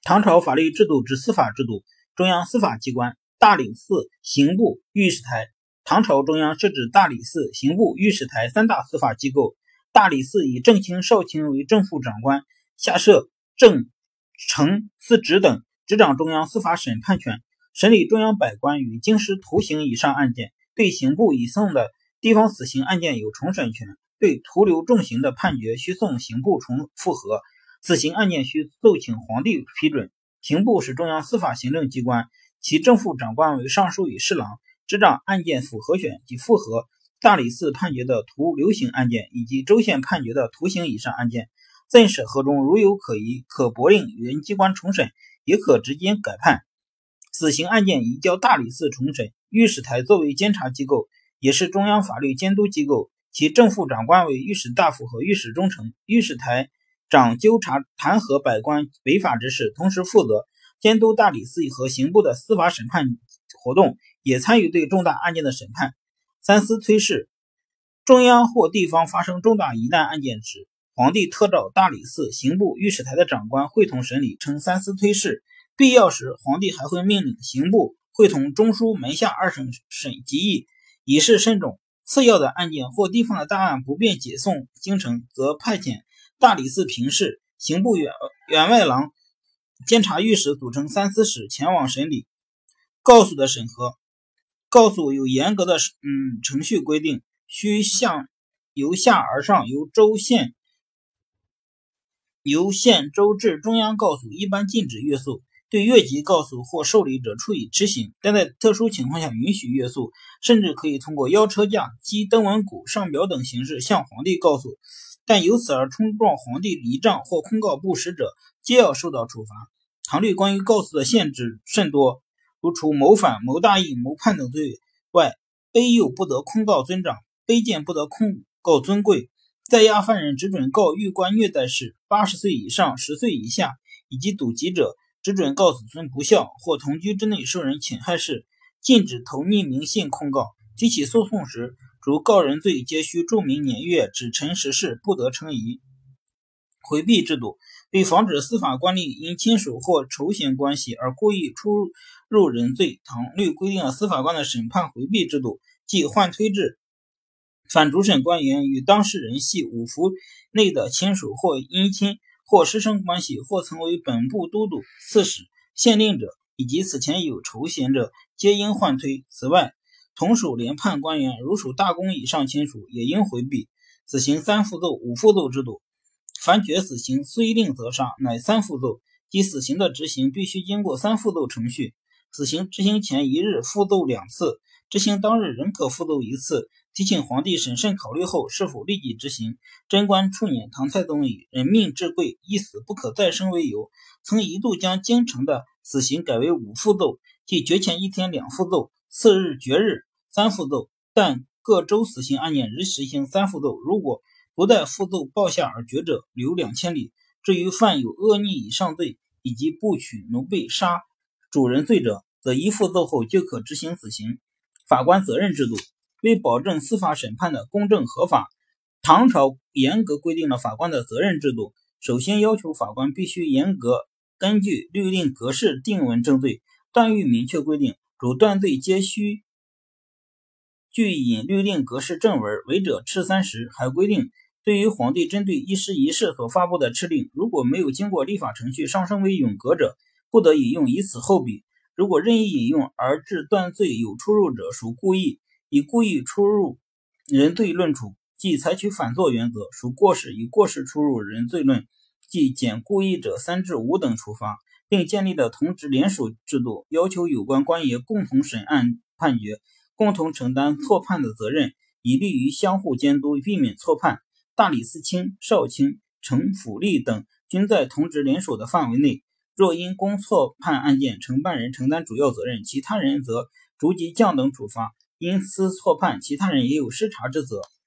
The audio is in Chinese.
唐朝法律制度之司法制度，中央司法机关大理寺、刑部、御史台。唐朝中央设置大理寺、刑部、御史台三大司法机构。大理寺以正卿、少卿为正副长官，下设正、丞、司职等，执掌中央司法审判权，审理中央百官与京师徒刑以上案件。对刑部已送的地方死刑案件有重审权，对徒留重刑的判决需送刑部重复核，死刑案件需奏请皇帝批准。刑部是中央司法行政机关，其正副长官为尚书与侍郎，执掌案件复核选及复核大理寺判决的徒留刑案件以及州县判决的徒刑以上案件。赠审核中如有可疑，可驳令原机关重审，也可直接改判。死刑案件移交大理寺重审。御史台作为监察机构，也是中央法律监督机构，其正副长官为御史大夫和御史中丞。御史台掌纠察弹劾百官违法之事，同时负责监督大理寺和刑部的司法审判活动，也参与对重大案件的审判。三司推事，中央或地方发生重大疑难案件时，皇帝特召大理寺、刑部、御史台的长官会同审理，称三司推事。必要时，皇帝还会命令刑部会同中书、门下二审审集议，以示慎重。次要的案件或地方的大案不便解送京城，则派遣大理寺评事、刑部员外郎、监察御史组成三司使前往审理。告诉的审核，告诉有严格的程序规定，需由下而上，由县州至中央告诉一般禁止越诉，对越级告诉或受理者处以执行，但在特殊情况下允许越诉，甚至可以通过邀车驾、击登文鼓、上表等形式向皇帝告诉，但由此而冲撞皇帝礼杖或控告不实者，皆要受到处罚。唐律关于告诉的限制甚多，如除谋反、谋大义、谋叛等罪外，卑幼不得控告尊长，卑贱不得控告尊贵。在押犯人只准告狱官虐待事，80岁以上、10岁以下以及赌疾者，只准告子孙不孝或同居之内受人侵害事，禁止投匿名信控告。提起诉讼时，如告人罪，皆需注明年月，指陈实事，不得称疑。回避制度，为防止司法官吏因亲属或仇嫌关系而故意出入人罪，唐律规定了司法官的审判回避制度，即换推制。反主审官员与当事人系五服内的亲属或姻亲或师生关系，或曾为本部都督、刺史、县令者，以及此前有仇嫌者，皆应换推。此外，同属连判官员如属大公以上亲属，也应回避。死刑3复奏、5复奏制度，凡决死刑虽令则杀，乃3复奏，即死刑的执行必须经过3复奏程序。死刑执行前1日复奏2次，执行当日仍可复奏1次，提请皇帝审慎考虑后是否立即执行。贞观初年，唐太宗以人命至贵，一死不可再生为由，曾一度将京城的死刑改为5复奏，即决前1天2复奏，次日决日3复奏，但各州死刑案件仍实行3复奏，如果不待复奏报下而决者，留2000里。至于犯有恶逆以上罪，以及不取奴婢、杀主人罪者，则1复奏后就可执行死刑。法官责任制度，为保证司法审判的公正合法，唐朝严格规定了法官的责任制度。首先要求法官必须严格根据律令格式定文正罪，断狱明确规定，主断罪皆须据引律令格式正文，违者斥30。还规定，对于皇帝针对一时一事所发布的敕令，如果没有经过立法程序上升为永格者，不得引用，以此后笔。如果任意引用而致断罪有出入者，属故意，以故意出入人罪论处，即采取反作原则；属过失，以过失出入人罪论，即减故意者3至5等处罚。并建立了同职联署制度，要求有关官爷共同审案判决，共同承担错判的责任，以利于相互监督，避免错判。大理寺卿、少卿、丞、府吏等均在同职联署的范围内。若因公错判案件，承办人承担主要责任，其他人则逐级降等处罚。因私错判，其他人也有失察之责。